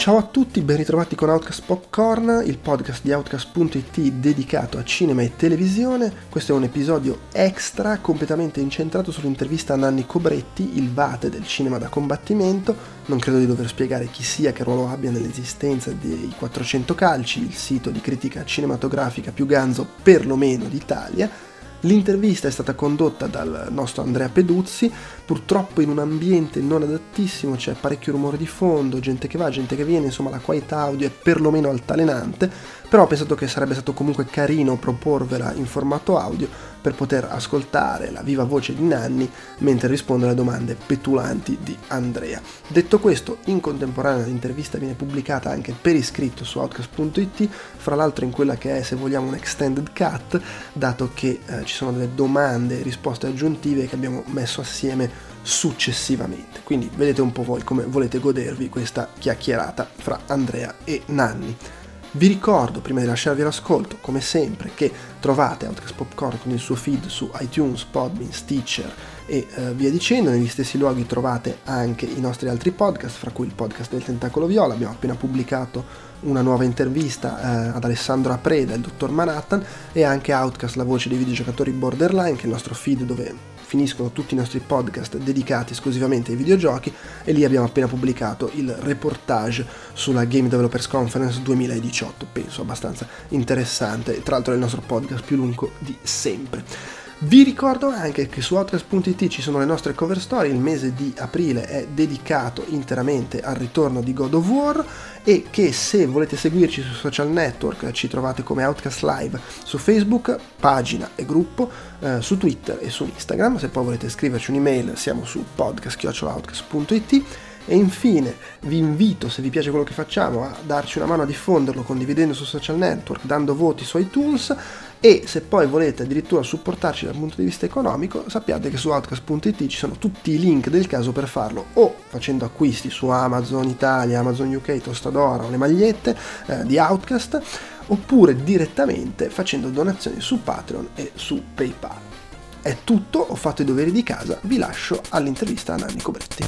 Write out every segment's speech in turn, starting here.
Ciao a tutti, ben ritrovati con Outcast Popcorn, il podcast di Outcast.it dedicato a cinema e televisione. Questo è un episodio extra completamente incentrato sull'intervista a Nanni Cobretti, il vate del cinema da combattimento. Non credo di dover spiegare chi sia, che ruolo abbia nell'esistenza dei 400 Calci, il sito di critica cinematografica più ganzo perlomeno d'Italia. L'intervista è stata condotta dal nostro Andrea Peduzzi, purtroppo in un ambiente non adattissimo, c'è parecchio rumore di fondo, gente che va, gente che viene, insomma la qualità audio è perlomeno altalenante, però ho pensato che sarebbe stato comunque carino proporvela in formato audio per poter ascoltare la viva voce di Nanni mentre risponde alle domande petulanti di Andrea. Detto questo, in contemporanea l'intervista viene pubblicata anche per iscritto su Outcast.it, fra l'altro in quella che è, se vogliamo, un extended cut, dato che ci sono delle domande e risposte aggiuntive che abbiamo messo assieme successivamente. Quindi vedete un po' voi come volete godervi questa chiacchierata fra Andrea e Nanni. Vi ricordo, prima di lasciarvi l'ascolto, come sempre, che trovate Outcast Popcorn con il suo feed su iTunes, Podbean, Stitcher e via dicendo. Negli stessi luoghi trovate anche i nostri altri podcast, fra cui il podcast del Tentacolo Viola. Abbiamo appena pubblicato una nuova intervista ad Alessandro Apreda, il dottor Manhattan, e anche Outcast, la voce dei videogiocatori Borderline, che è il nostro feed dove finiscono tutti i nostri podcast dedicati esclusivamente ai videogiochi, e lì abbiamo appena pubblicato il reportage sulla Game Developers Conference 2018, penso abbastanza interessante, tra l'altro è il nostro podcast più lungo di sempre. Vi ricordo anche che su Outcast.it ci sono le nostre cover story, il mese di aprile è dedicato interamente al ritorno di God of War, e che se volete seguirci su social network ci trovate come Outcast Live su Facebook, pagina e gruppo, su Twitter e su Instagram. Se poi volete scriverci un'email siamo su podcast@outcast.it. E infine vi invito, se vi piace quello che facciamo, a darci una mano a diffonderlo condividendo su social network, dando voti su iTunes, e se poi volete addirittura supportarci dal punto di vista economico, sappiate che su Outcast.it ci sono tutti i link del caso per farlo, o facendo acquisti su Amazon Italia, Amazon UK, Tostadora o le magliette di Outcast, oppure direttamente facendo donazioni su Patreon e su PayPal. È tutto, ho fatto i doveri di casa, vi lascio all'intervista a Nanni Cobretti.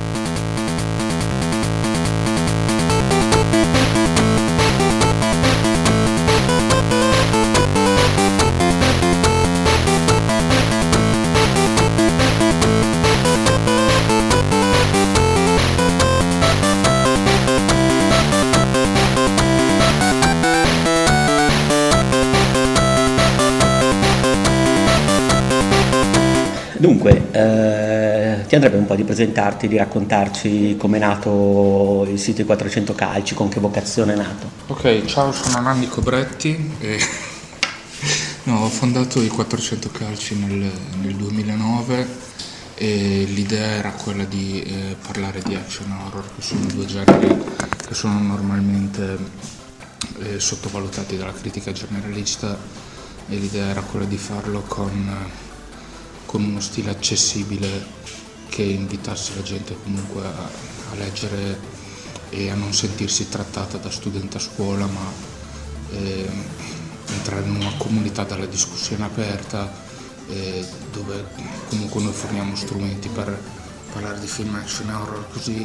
Dunque, ti andrebbe un po' di presentarti, di raccontarci com'è nato il sito I 400 Calci, con che vocazione è nato? Ok, ciao, sono Nanni Cobretti e ho fondato I 400 Calci nel 2009, e l'idea era quella di parlare di action horror, che sono due generi che sono normalmente sottovalutati dalla critica generalista, e l'idea era quella di farlo con uno stile accessibile che invitasse la gente comunque a leggere e a non sentirsi trattata da studente a scuola, ma entrare in una comunità dalla discussione aperta, dove comunque noi forniamo strumenti per parlare di film action horror così,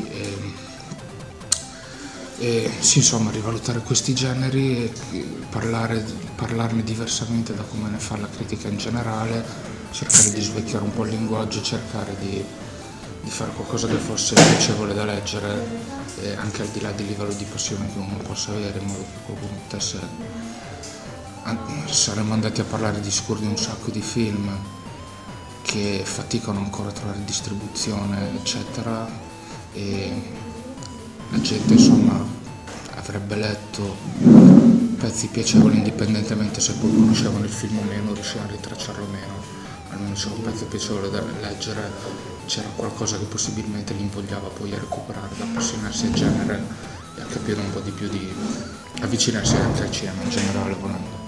e sì, insomma, rivalutare questi generi e parlarne diversamente da come ne fa la critica in generale, cercare di svecchiare un po' il linguaggio, cercare di fare qualcosa che fosse piacevole da leggere, anche al di là del livello di passione che uno possa avere, in modo che qualcuno potesse. Saremmo andati a parlare di sicuro di un sacco di film che faticano ancora a trovare distribuzione, eccetera, e la gente, insomma, avrebbe letto pezzi piacevoli indipendentemente se poi conoscevano il film o meno, riuscivano a ritracciarlo o meno. Almeno c'era un pezzo piacevole da leggere, c'era qualcosa che possibilmente li invogliava poi a recuperare, ad appassionarsi al genere e a capire un po' di più, di avvicinarsi anche al cinema in generale, volendo.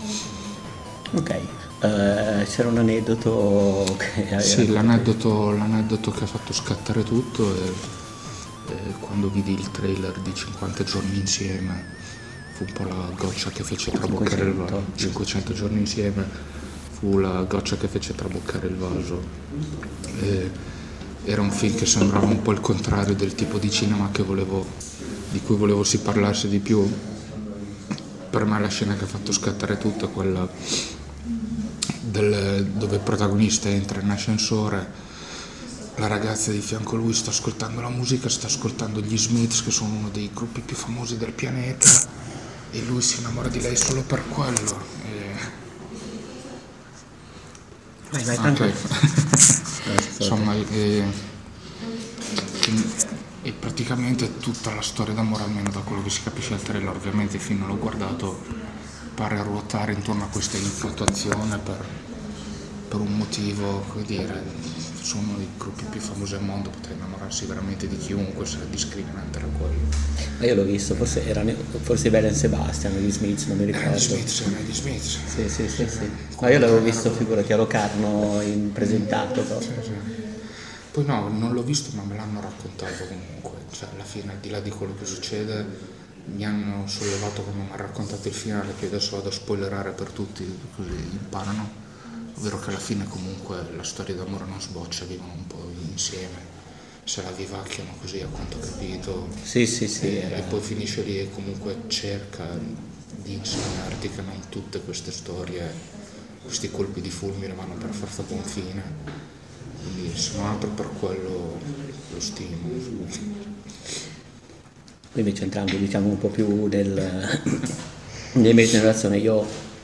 Ok, c'era un aneddoto che Sì, l'aneddoto che ha fatto scattare tutto è quando vidi il trailer di 50 giorni insieme, fu un po' la goccia che fece traboccare il vaso. 500 giorni insieme fu la goccia che fece traboccare il vaso. Era un film che sembrava un po' il contrario del tipo di cinema che volevo di cui volevo si parlasse di più, per me la scena che ha fatto scattare tutto è quella dove il protagonista entra in ascensore, la ragazza di fianco a lui sta ascoltando la musica, sta ascoltando gli Smiths, che sono uno dei gruppi più famosi del pianeta, e lui si innamora di lei solo per quello. Vai, tranquillo. Insomma, e praticamente tutta la storia d'amore, almeno da quello che si capisce al trailer, ovviamente il film non l'ho guardato, pare ruotare intorno a questa infatuazione per un motivo, come dire, sono uno dei gruppi più famosi al mondo, potrei innamorarsi veramente di chiunque, se è discriminante era quello. Ma io l'ho visto, forse Bell and Sebastian, gli Smiths, non mi ricordo. Gli Smiths. Sì. Ma io l'avevo visto, figurati, a Locarno presentato proprio. Sì. Poi no, non l'ho visto, ma me l'hanno raccontato comunque, cioè alla fine, al di là di quello che succede, mi hanno sollevato come mi ha raccontato il finale, che adesso vado a spoilerare per tutti, così imparano, ovvero che alla fine comunque la storia d'amore non sboccia, vivono un po' insieme, se la vivacchiano così, a quanto ho capito. Sì. E poi finisce lì e comunque cerca di insegnarti che non tutte queste storie, questi colpi di fulmine vanno per forza a buon fine. Quindi se non altro per quello lo stimo. Invece entrando diciamo un po' più nel merito in relazione, io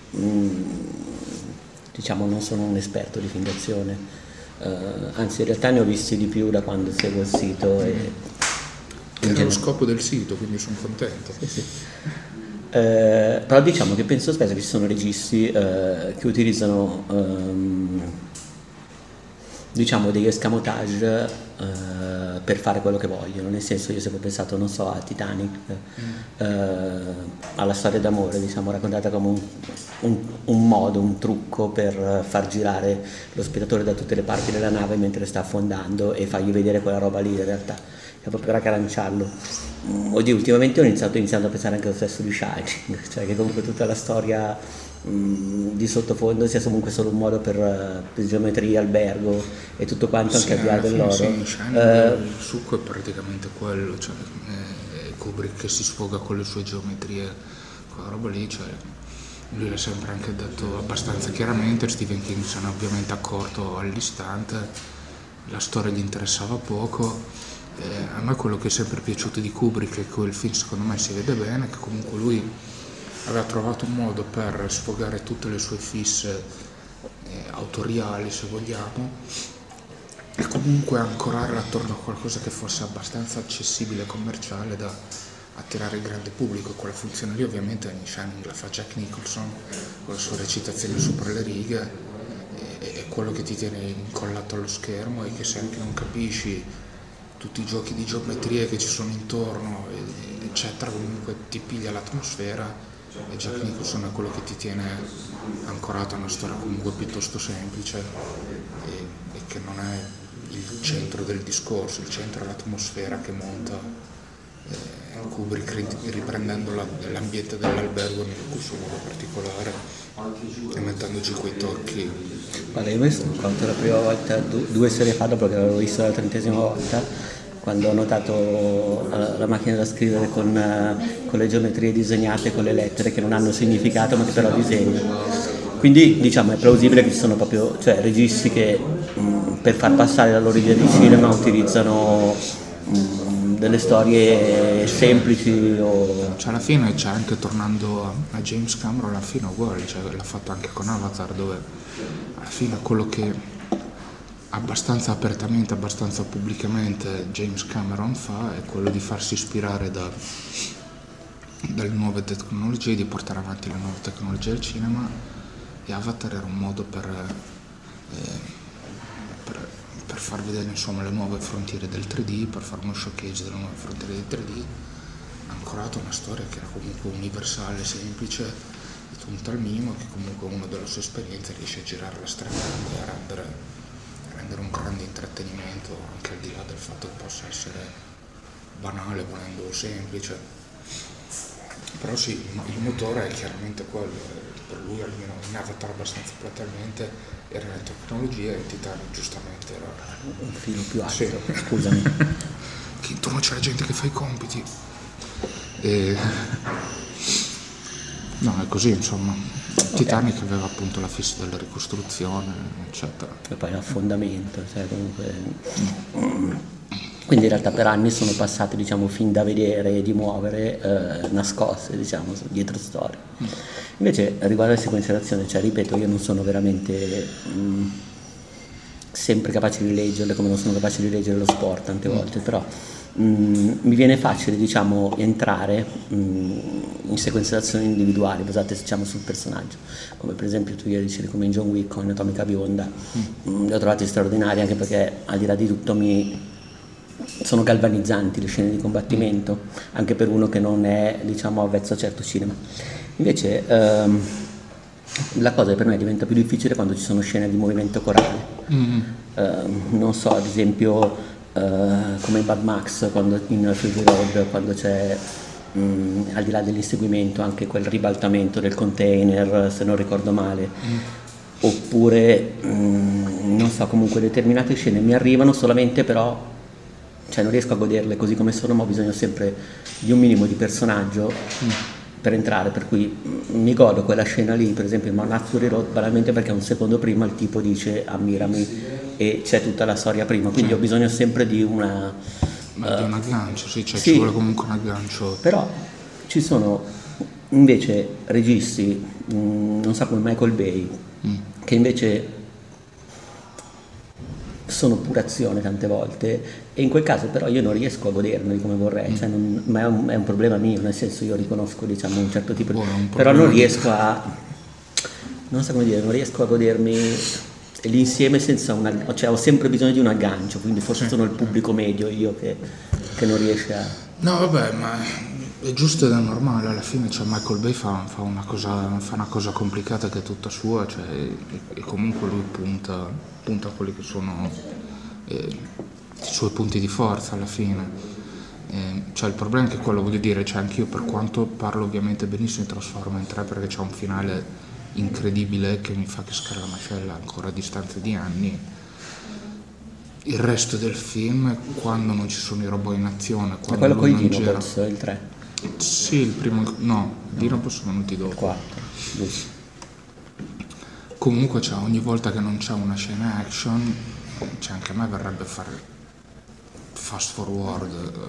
diciamo non sono un esperto di film d'azione, anzi in realtà ne ho visti di più da quando seguo il sito Era lo scopo del sito, quindi sono contento. Sì. Però diciamo che penso spesso che ci sono registi che utilizzano diciamo degli escamotage per fare quello che vogliono, nel senso, io sempre ho pensato, non so, a Titanic, alla storia d'amore, diciamo, raccontata come un modo, un trucco per far girare lo spettatore da tutte le parti della nave mentre sta affondando e fargli vedere quella roba lì, in realtà è proprio per accaranciarlo. Oddio, ultimamente ho iniziato a pensare anche lo stesso di Shining, cioè che comunque tutta la storia di sottofondo sia comunque solo un modo per geometria, albergo e tutto quanto, anche al di là dell'oro. Sì, il succo è praticamente quello, cioè Kubrick che si sfoga con le sue geometrie, quella roba lì, cioè lui l'ha sempre anche detto abbastanza chiaramente. Stephen King se ne è ovviamente accorto all'istante, la storia gli interessava poco. A me quello che è sempre piaciuto di Kubrick, e quel film secondo me si vede bene, che comunque lui aveva trovato un modo per sfogare tutte le sue fisse autoriali, se vogliamo, e comunque ancorarla attorno a qualcosa che fosse abbastanza accessibile e commerciale da attirare il grande pubblico. E quella funzione lì ovviamente in Shining la fa Jack Nicholson con la sua recitazione sopra le righe, è quello che ti tiene incollato allo schermo, e che se anche non capisci tutti i giochi di geometrie che ci sono intorno, eccetera, comunque ti piglia l'atmosfera. E Jack Nicholson è quello che ti tiene ancorato a una storia comunque piuttosto semplice e che non è il centro del discorso, il centro è l'atmosfera che monta Kubrick, riprendendo l'ambiente dell'albergo nel suo modo particolare e mettendoci quei tocchi. Guarda, io mi sono conto la prima volta, 2 serie fa, dopo che l'avevo visto la 30ª volta, quando ho notato la macchina da scrivere con le geometrie disegnate, con le lettere che non hanno significato ma che però disegnano. Quindi diciamo è plausibile che ci sono proprio registi che per far passare la loro idea di cinema utilizzano delle storie semplici Cioè alla fine c'è anche, tornando a James Cameron, alla fine è uguale, cioè l'ha fatto anche con Avatar, dove alla fine quello che abbastanza apertamente, abbastanza pubblicamente James Cameron fa è quello di farsi ispirare dalle nuove tecnologie, di portare avanti le nuove tecnologie al cinema, e Avatar era un modo per far vedere insomma le nuove frontiere del 3D, per fare uno showcase delle nuove frontiere del 3D, ancorato a una storia che era comunque universale, semplice, e punta al minimo, che comunque uno della sua esperienza riesce a girare la strada e a rendere un grande intrattenimento, anche al di là del fatto che possa essere banale, volendo semplice. Però sì, il motore è chiaramente quello, per lui almeno in Avatar abbastanza platealmente era la tecnologia, e Titanic giustamente era un filo più alto, sì. Scusami. Che intorno c'è la gente che fa i compiti. E... no, è così, insomma. Titanic aveva appunto la fissa della ricostruzione, eccetera. E poi l'affondamento, cioè comunque... Quindi in realtà per anni sono passate, diciamo, fin da vedere e di muovere, nascoste, diciamo, dietro storie. Invece riguardo alle sequenze d'azione, cioè ripeto, io non sono veramente sempre capace di leggerle come non sono capace di leggere lo sport tante volte, però mi viene facile, diciamo, entrare in sequenze d'azione individuali basate, diciamo, sul personaggio, come per esempio tu ieri dicevi come in John Wick o in Atomica Bionda. Le ho trovate straordinarie anche perché al di là di tutto sono galvanizzanti le scene di combattimento, anche per uno che non è, diciamo, avvezzo a certo cinema. Invece la cosa per me diventa più difficile quando ci sono scene di movimento corale. Non so, ad esempio come in Mad Max, quando in Fury Road, quando c'è al di là dell'inseguimento anche quel ribaltamento del container, se non ricordo male. Oppure non so, comunque determinate scene mi arrivano solamente, però cioè non riesco a goderle così come sono, ma ho bisogno sempre di un minimo di personaggio per entrare, per cui mi godo quella scena lì, per esempio in Mad Max Fury Road, banalmente perché un secondo prima il tipo dice ammirami e c'è tutta la storia prima, quindi ho bisogno sempre di una... Ma di un aggancio, sì, cioè ci vuole comunque un aggancio. Però ci sono invece registi, non so, come Michael Bay, che invece sono pura azione tante volte, e in quel caso però io non riesco a godermeli come vorrei, cioè ma è un problema mio, nel senso io riconosco, diciamo, un certo tipo di... però non riesco non so come dire, non riesco a godermi l'insieme senza cioè ho sempre bisogno di un aggancio, quindi forse sono il pubblico medio io che non riesce a... No vabbè, ma è giusto ed è normale, alla fine cioè Michael Bay fa una cosa complicata che è tutta sua, cioè, e comunque lui punta a quelli che sono i suoi punti di forza alla fine. Cioè il problema è che quello, voglio dire, cioè anch'io, per quanto parlo ovviamente benissimo di Transformers 3 perché c'è un finale incredibile che mi fa cascare la mascella ancora a distanza di anni, il resto del film, quando non ci sono i robot in azione, quando quello con i Dinobots, il 3? Sì, il primo, no, i Dinobots sono venuti dopo. Il 4, giusto. Comunque cioè, ogni volta che non c'è una scena action, cioè anche a me verrebbe fare fast forward,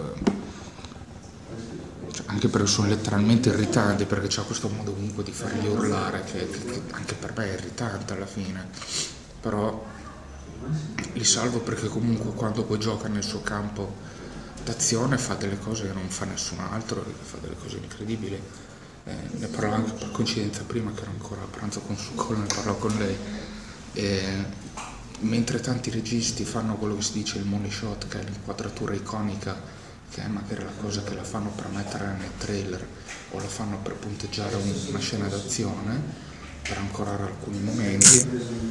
cioè, anche perché sono letteralmente irritanti, perché c'è questo modo comunque di farli urlare che anche per me è irritante alla fine, però li salvo perché comunque quando poi gioca nel suo campo d'azione fa delle cose che non fa nessun altro, che fa delle cose incredibili. Ne parlavo anche per coincidenza prima, che ero ancora a pranzo con Succola, ne parlavo con lei, mentre tanti registi fanno quello che si dice il money shot, che è l'inquadratura iconica, che è magari la cosa che la fanno per mettere nel trailer o la fanno per punteggiare una scena d'azione, per ancorare alcuni momenti,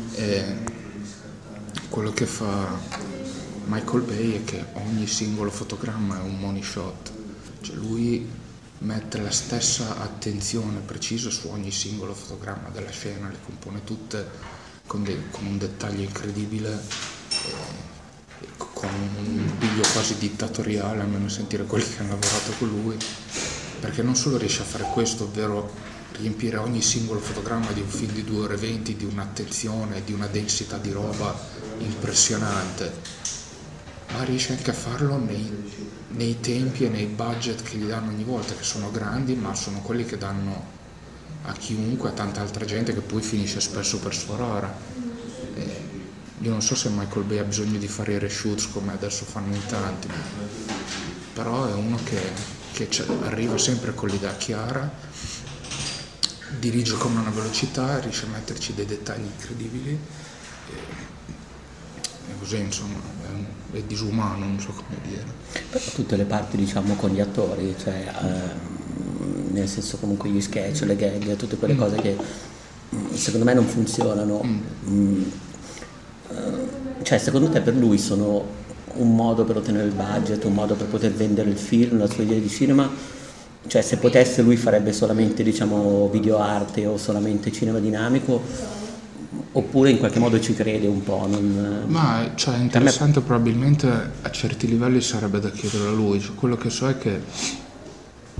quello che fa Michael Bay è che ogni singolo fotogramma è un money shot, cioè lui mette la stessa attenzione precisa su ogni singolo fotogramma della scena, le compone tutte con un dettaglio incredibile, con un piglio quasi dittatoriale, almeno sentire quelli che hanno lavorato con lui, perché non solo riesce a fare questo, ovvero riempire ogni singolo fotogramma di un film di 2 ore e 20 di un'attenzione, di una densità di roba impressionante, ma riesce anche a farlo nei tempi e nei budget che gli danno ogni volta, che sono grandi, ma sono quelli che danno a chiunque, a tanta altra gente, che poi finisce spesso per sforare. Io non so se Michael Bay ha bisogno di fare i reshoots come adesso fanno in tanti, però è uno che arriva sempre con l'idea chiara, dirige con una velocità, riesce a metterci dei dettagli incredibili, e così insomma è disumano, non so come dire. Però tutte le parti, diciamo, con gli attori, cioè nel senso comunque gli sketch, le gag, tutte quelle cose che secondo me non funzionano. Cioè secondo te per lui sono un modo per ottenere il budget, un modo per poter vendere il film, la sua idea di cinema? Cioè se potesse lui farebbe solamente, diciamo, video arte o solamente cinema dinamico, oppure in qualche modo ci crede un po'? Ma cioè, è interessante, probabilmente a certi livelli sarebbe da chiedere a lui, cioè, quello che so è che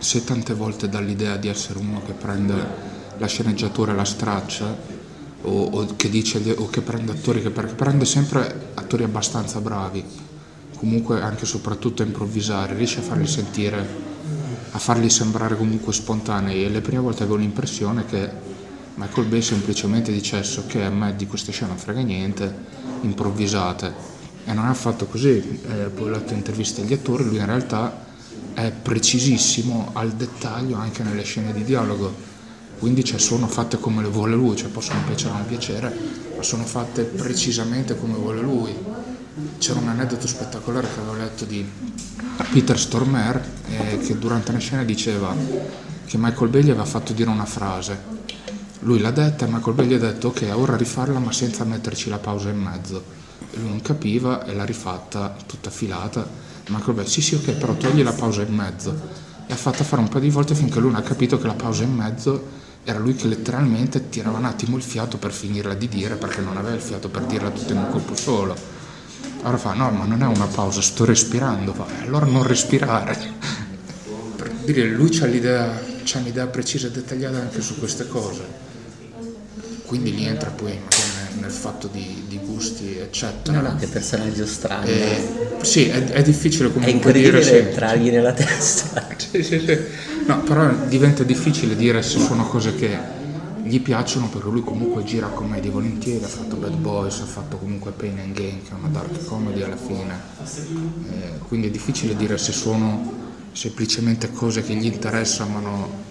se tante volte dall'idea di essere uno che prende la sceneggiatura e la straccia, o che dice, o che prende attori, perché prende sempre attori abbastanza bravi, comunque anche e soprattutto a improvvisare, riesce a farli sentire, a farli sembrare comunque spontanei, e le prime volte avevo l'impressione che Michael Bay semplicemente dicesse: ok, a me di queste scene non frega niente, improvvisate, e non è affatto così. Poi ho letto interviste agli attori, lui in realtà è precisissimo al dettaglio anche nelle scene di dialogo, quindi sono fatte come le vuole lui, possono piacere o non piacere, ma sono fatte precisamente come vuole lui. C'era un aneddoto spettacolare che avevo letto di Peter Stormare, che durante una scena diceva che Michael Bay gli aveva fatto dire una frase, lui l'ha detta e Michael Bay gli ha detto: ok, ora rifarla ma senza metterci la pausa in mezzo, e lui non capiva e l'ha rifatta tutta filata. Michael Bay: sì, ok, però togli la pausa in mezzo, e ha fatto fare un paio di volte finché lui non ha capito che la pausa in mezzo era lui che letteralmente tirava un attimo il fiato per finirla di dire, perché non aveva il fiato per dirla tutta in un colpo solo. Allora fa: no, ma non è una pausa, sto respirando. Fa: allora non respirare. Per dire, lui c'ha un'idea precisa e dettagliata anche su queste cose, quindi gli entra poi magari nel fatto di gusti eccetera. No, che personaggio strano. Sì, è difficile comunque è incredibile dire entrargli nella testa. Sì. No, però diventa difficile dire se sono cose che gli piacciono, perché lui comunque gira commedie volentieri, ha fatto Bad Boys, ha fatto comunque Pain and Gain, che è una dark comedy alla fine, quindi è difficile dire se sono semplicemente cose che gli interessano ma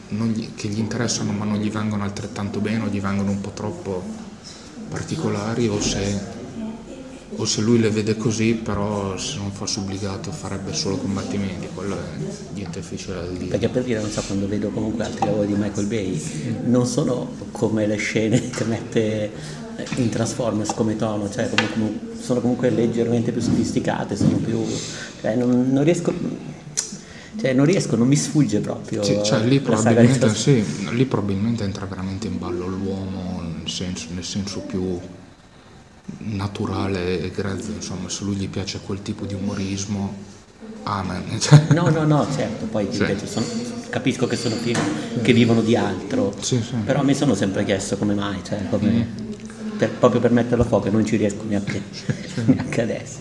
non gli vengono altrettanto bene, o gli vengono un po' troppo particolari, o se lui le vede così, però se non fosse obbligato farebbe solo combattimenti. Quello è niente difficile da dire. Perché per dire, non so, quando vedo comunque altri lavori di Michael Bay, non sono come le scene che mette in Transformers come tono, sono comunque leggermente più sofisticate, sono più, non riesco, non mi sfugge proprio. Sì, lì probabilmente entra veramente in ballo l'uomo nel senso più naturale e grezzo, insomma. Se lui gli piace quel tipo di umorismo, amen. No, certo, poi ripeto, capisco che sono film che vivono di altro, sì. Però mi sono sempre chiesto come mai, proprio per metterlo a fuoco, non ci riesco neanche adesso.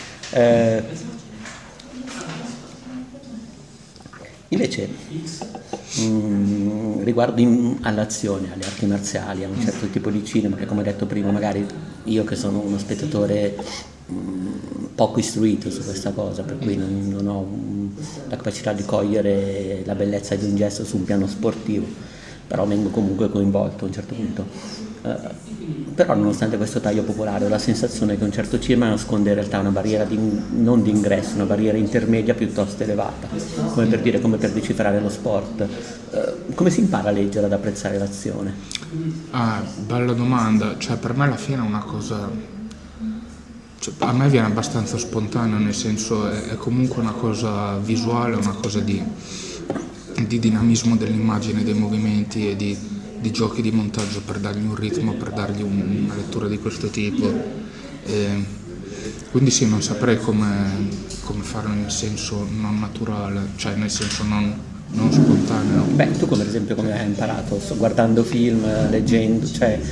Invece riguardo all'azione, alle arti marziali, a un certo tipo di cinema che, come ho detto prima, magari io che sono uno spettatore poco istruito su questa cosa, per cui non ho la capacità di cogliere la bellezza di un gesto su un piano sportivo, però vengo comunque coinvolto a un certo punto. Però nonostante questo taglio popolare ho la sensazione che un certo cinema nasconde in realtà una barriera non di ingresso, una barriera intermedia piuttosto elevata, come per decifrare lo sport. Come si impara a leggere, ad apprezzare l'azione? Bella domanda. Per me alla fine è una cosa, a me viene abbastanza spontaneo, nel senso è comunque una cosa visuale, una cosa di dinamismo dell'immagine, dei movimenti e di giochi di montaggio per dargli un ritmo, per dargli una lettura di questo tipo. Quindi sì, non saprei come farlo in senso non naturale, nel senso non spontaneo. Beh, tu come hai imparato? Guardando film, leggendo,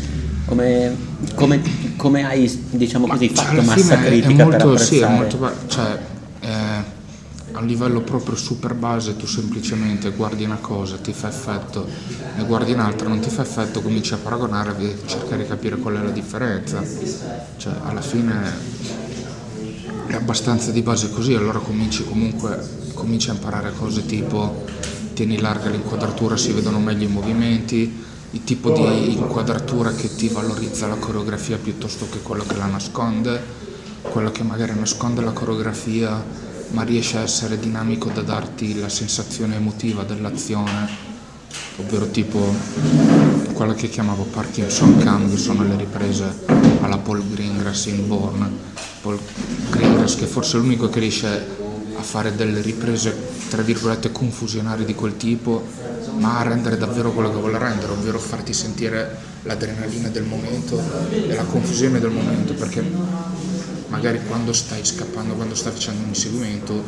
come hai, diciamo così, fatto massa critica per apprezzare? Sì, è molto a un livello proprio super base. Tu semplicemente guardi una cosa, ti fa effetto, ne guardi un'altra, non ti fa effetto, cominci a paragonare e cercare di capire qual è la differenza. Alla fine è abbastanza di base così. Allora cominci a imparare cose tipo: tieni larga l'inquadratura, si vedono meglio i movimenti, il tipo di inquadratura che ti valorizza la coreografia piuttosto che quello che la nasconde, quello che magari nasconde la coreografia ma riesce a essere dinamico da darti la sensazione emotiva dell'azione, ovvero tipo quella che chiamavo Parkinson Cam, che sono le riprese alla Paul Greengrass in Bourne. Paul Greengrass, che forse è l'unico che riesce a fare delle riprese tra virgolette confusionarie di quel tipo, ma a rendere davvero quello che vuole rendere, ovvero farti sentire l'adrenalina del momento e la confusione del momento, perché magari quando stai scappando, quando stai facendo un inseguimento,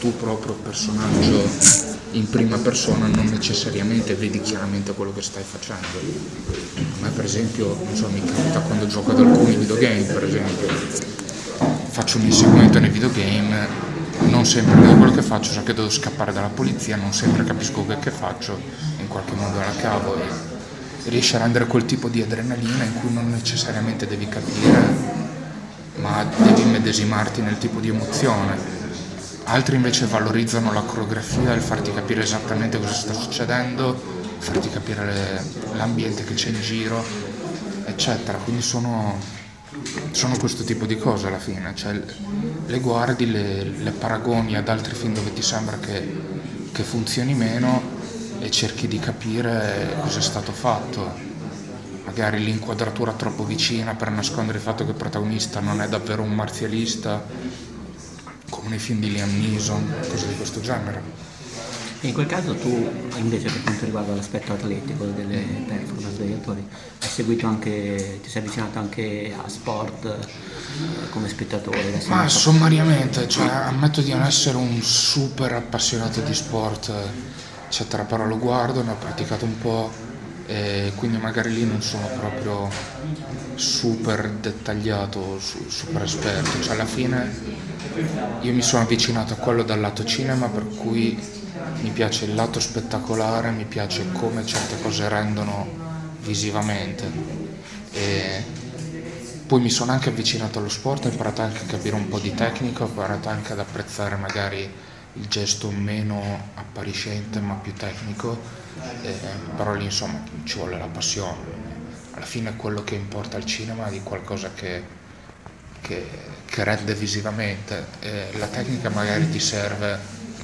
tu proprio personaggio in prima persona non necessariamente vedi chiaramente quello che stai facendo. A me per esempio, non so, mi capita quando gioco ad alcuni videogame, per esempio, faccio un inseguimento nei videogame, non sempre vedo quello che faccio, so che devo scappare dalla polizia, non sempre capisco quel che faccio, in qualche modo la cavo e riesci a rendere quel tipo di adrenalina in cui non necessariamente devi capire, ma devi immedesimarti nel tipo di emozione. Altri invece valorizzano la coreografia, il farti capire esattamente cosa sta succedendo, farti capire l'ambiente che c'è in giro, eccetera. Quindi sono questo tipo di cose alla fine, cioè le guardi, le paragoni ad altri film dove ti sembra che funzioni meno e cerchi di capire cosa è stato fatto. Magari l'inquadratura troppo vicina per nascondere il fatto che il protagonista non è davvero un marzialista, come nei film di Liam Neeson, cose di questo genere. E in quel caso tu invece, per quanto riguarda l'aspetto atletico delle performance degli attori, hai seguito anche, ti sei avvicinato anche a sport come spettatore? Ma sommariamente, cioè ammetto di non essere un super appassionato di sport, eccetera, però lo guardo, ne ho praticato un po', e quindi magari lì non sono proprio super dettagliato, super esperto, cioè alla fine io mi sono avvicinato a quello dal lato cinema, per cui mi piace il lato spettacolare, mi piace come certe cose rendono visivamente, e poi mi sono anche avvicinato allo sport, ho imparato anche a capire un po' di tecnica, ho imparato anche ad apprezzare magari il gesto meno appariscente ma più tecnico, però lì insomma ci vuole la passione. Alla fine quello che importa al cinema è di qualcosa che rende visivamente, la tecnica magari ti serve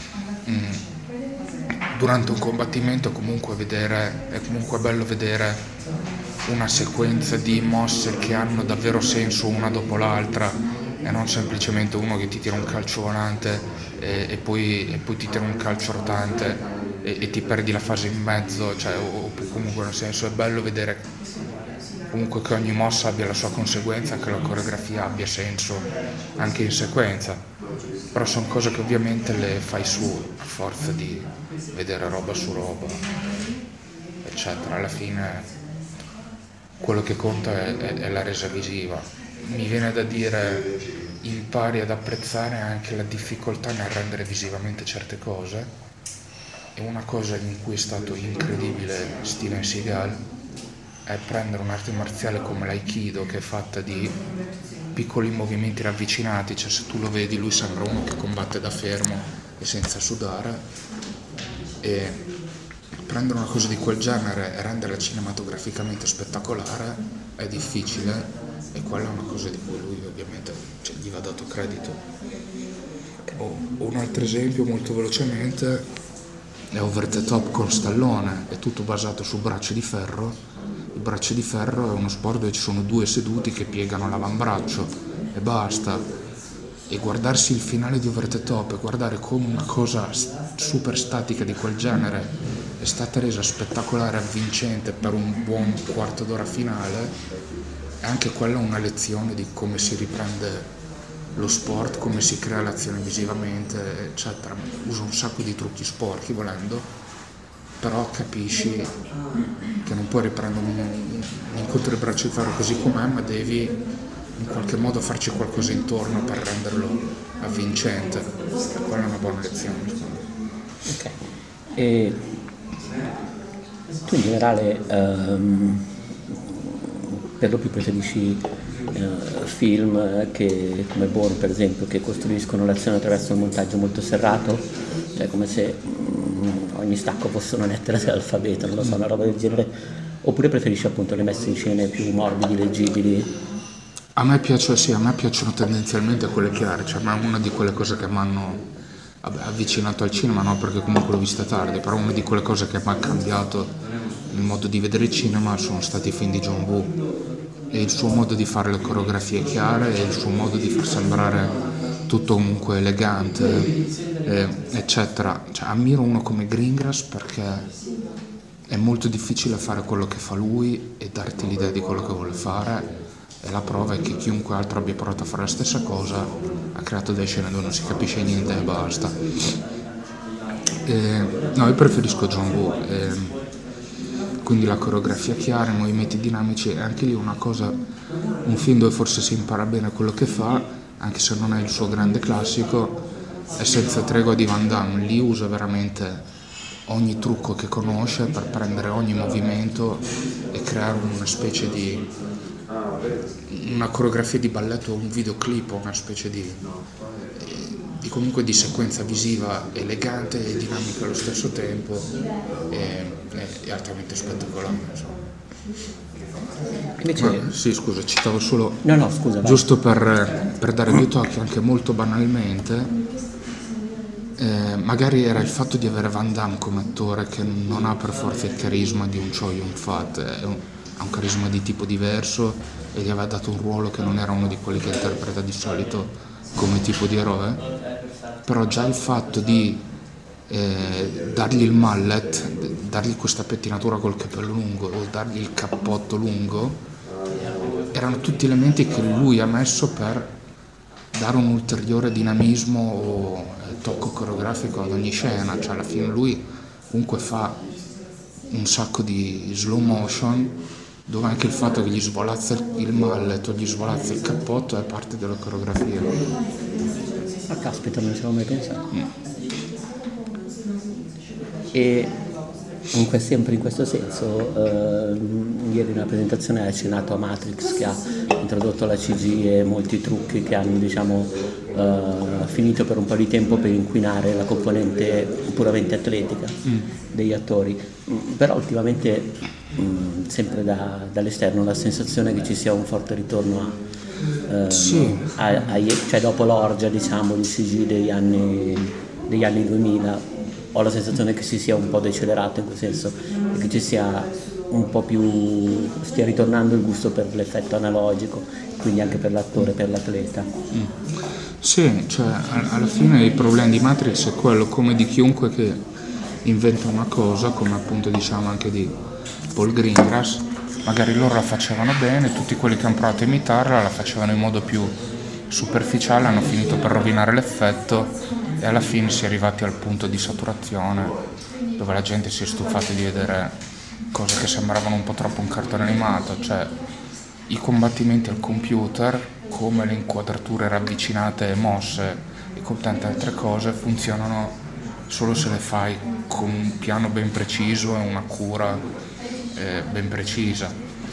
durante un combattimento, comunque è comunque bello vedere una sequenza di mosse che hanno davvero senso una dopo l'altra e non semplicemente uno che ti tira un calcio volante e poi ti tira un calcio rotante e ti perdi la fase in mezzo, cioè, o comunque nel senso è bello vedere comunque che ogni mossa abbia la sua conseguenza, che la coreografia abbia senso anche in sequenza, però sono cose che ovviamente le fai su a forza di vedere roba su roba, eccetera. Alla fine quello che conta è la resa visiva. Mi viene da dire, impari ad apprezzare anche la difficoltà nel rendere visivamente certe cose, e una cosa in cui è stato incredibile Steven Seagal è prendere un'arte marziale come l'Aikido, che è fatta di piccoli movimenti ravvicinati, cioè se tu lo vedi lui sembra uno che combatte da fermo e senza sudare, e prendere una cosa di quel genere e renderla cinematograficamente spettacolare è difficile, e quella è una cosa di cui lui ovviamente, cioè, gli va dato credito. Un altro esempio molto velocemente è Over the Top con Stallone, è tutto basato su braccio di ferro. Il braccio di ferro è uno sport dove ci sono due seduti che piegano l'avambraccio e basta, e guardarsi il finale di Over the Top e guardare come una cosa super statica di quel genere è stata resa spettacolare e avvincente per un buon quarto d'ora finale, è anche quella una lezione di come si riprende lo sport, come si crea l'azione visivamente, eccetera. Usa un sacco di trucchi sporchi volendo, però capisci che non puoi riprendere un incontro di braccio di ferro così com'è, ma devi in qualche modo farci qualcosa intorno per renderlo avvincente. Quella è una buona lezione. Ok. E tu in generale per lo più preferisci film che, come Bourne per esempio, che costruiscono l'azione attraverso un montaggio molto serrato, cioè come se ogni stacco fosse una lettera dell'alfabeto, non lo so, una roba del genere, oppure preferisci appunto le messe in scena più morbidi, leggibili? A me piacciono tendenzialmente quelle chiare, cioè ma una di quelle cose che mi hanno avvicinato al cinema, no, perché comunque l'ho vista tardi, però una di quelle cose che mi ha cambiato il modo di vedere il cinema sono stati i film di John Woo, e il suo modo di fare le coreografie chiare e il suo modo di far sembrare tutto comunque elegante, eccetera. Cioè, ammiro uno come Greengrass perché è molto difficile fare quello che fa lui e darti l'idea di quello che vuole fare, e la prova è che chiunque altro abbia provato a fare la stessa cosa ha creato delle scene dove non si capisce niente e basta. No, io preferisco John Woo, quindi la coreografia chiara, i movimenti dinamici, è anche lì una cosa, un film dove forse si impara bene quello che fa, anche se non è il suo grande classico, è Senza tregua di Van Damme. Lì usa veramente ogni trucco che conosce per prendere ogni movimento e creare una specie di una coreografia di balletto, un videoclip, una specie di comunque di sequenza visiva elegante e dinamica allo stesso tempo, è altamente spettacolare, insomma. Invece... sì, scusa, citavo solo No, scusa, giusto per dare due tocchi, anche molto banalmente, magari era il fatto di avere Van Damme come attore, che non ha per forza il carisma di un Chow Yun-fat, ha un carisma di tipo diverso e gli aveva dato un ruolo che non era uno di quelli che interpreta di solito come tipo di eroe, però già il fatto di dargli il mallet, dargli questa pettinatura col capello lungo o dargli il cappotto lungo, erano tutti elementi che lui ha messo per dare un ulteriore dinamismo o tocco coreografico ad ogni scena. Cioè alla fine lui comunque fa un sacco di slow motion, dove anche il fatto che gli svolazza il mallet o gli svolazza il cappotto è parte della coreografia. Ah, caspita, non ci avevo mai pensato. E sempre in questo senso, ieri nella presentazione hai accennato a Matrix, che ha introdotto la CG e molti trucchi che hanno, diciamo, finito per un po' di tempo per inquinare la componente puramente atletica degli attori. Però ultimamente, sempre dall'esterno, la sensazione che ci sia un forte ritorno cioè dopo l'orgia, diciamo, di CG degli anni 2000, ho la sensazione che si sia un po' decelerato in quel senso e che ci sia un po' più, stia ritornando il gusto per l'effetto analogico, quindi anche per l'attore, per l'atleta. Sì, cioè alla fine il problema di Matrix è quello, come di chiunque che inventa una cosa, come appunto diciamo anche di Paul Greengrass, magari loro la facevano bene, tutti quelli che hanno provato a imitarla la facevano in modo più superficiale, hanno finito per rovinare l'effetto e alla fine si è arrivati al punto di saturazione dove la gente si è stufata di vedere cose che sembravano un po' troppo un cartone animato, cioè i combattimenti al computer, come le inquadrature ravvicinate e mosse e con tante altre cose, funzionano solo se le fai con un piano ben preciso e una cura ben precisa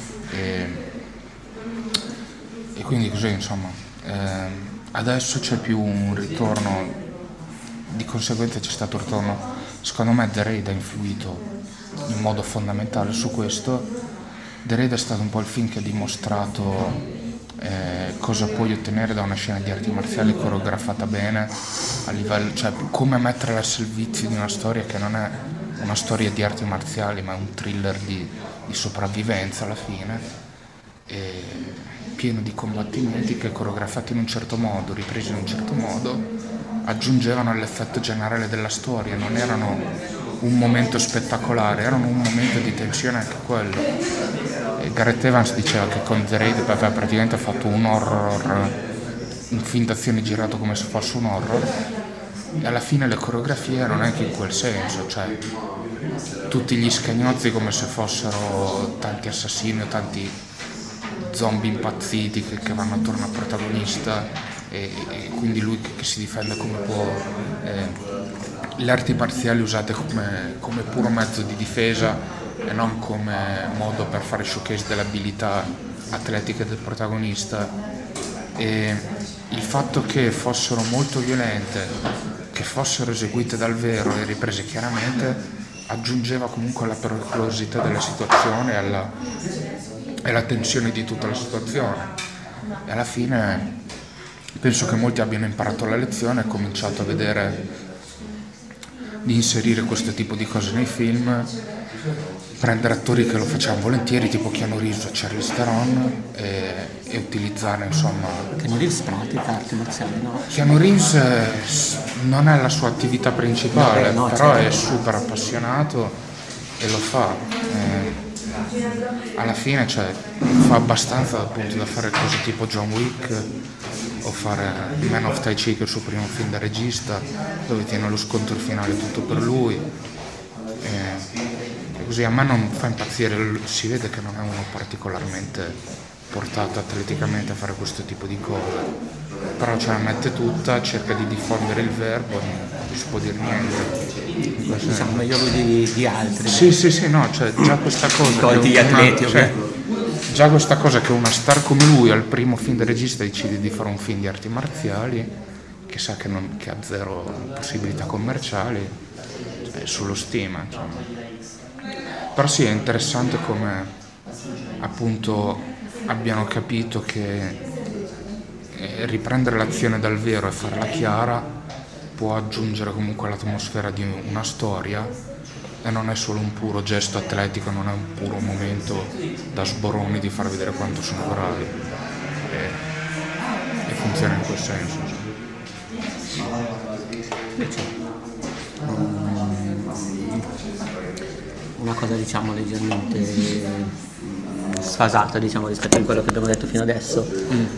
e quindi così, insomma, adesso c'è più un ritorno, di conseguenza c'è stato un ritorno, secondo me The Raid ha influito in modo fondamentale su questo. The Raid è stato un po' il film che ha dimostrato cosa puoi ottenere da una scena di arti marziali coreografata bene, a livello, cioè come metterla al servizio di una storia che non è una storia di arti marziali ma è un thriller di sopravvivenza alla fine, pieno di combattimenti che coreografati in un certo modo, ripresi in un certo modo, aggiungevano all'effetto generale della storia, non erano un momento spettacolare, erano un momento di tensione anche quello. E Gareth Evans diceva che con The Raid aveva praticamente fatto un horror, un film d'azione girato come se fosse un horror, e alla fine le coreografie erano anche in quel senso, cioè tutti gli scagnozzi come se fossero tanti assassini o tanti zombie impazziti che vanno attorno al protagonista e quindi lui che si difende come può, le arti marziali usate come puro mezzo di difesa e non come modo per fare showcase delle abilità atletiche del protagonista, e il fatto che fossero molto violente, che fossero eseguite dal vero e riprese chiaramente, aggiungeva comunque alla pericolosità della situazione e alla tensione di tutta la situazione. E alla fine penso che molti abbiano imparato la lezione e cominciato a vedere di inserire questo tipo di cose nei film, prendere attori che lo facevano volentieri tipo Keanu Reeves o Charlize Theron e utilizzare, insomma. Keanu Reeves pratica arti marziali, no? Keanu Reeves non è la sua attività principale, però è super appassionato e lo fa. alla fine fa abbastanza appunto da fare cose tipo John Wick o fare Man of Tai Chi, che è il suo primo film da regista, dove tiene lo scontro finale tutto per lui, e così. A me non fa impazzire, si vede che non è uno particolarmente portato atleticamente a fare questo tipo di cose, però ce la mette tutta, cerca di diffondere il verbo, non si può dire niente. Diciamo meglio lui di altri. Sì, no, cioè già questa cosa. Tolti gli atleti, già questa cosa che una star come lui al primo film da regista decide di fare un film di arti marziali, che sa che ha zero possibilità commerciali, è sullo stima, insomma. Però sì, è interessante come appunto abbiano capito che riprendere l'azione dal vero e farla chiara può aggiungere comunque l'atmosfera di una storia, e non è solo un puro gesto atletico, non è un puro momento da sboroni di far vedere quanto sono bravi, e funziona in quel senso. Una cosa diciamo leggermente sfasata, diciamo, rispetto a quello che abbiamo detto fino adesso.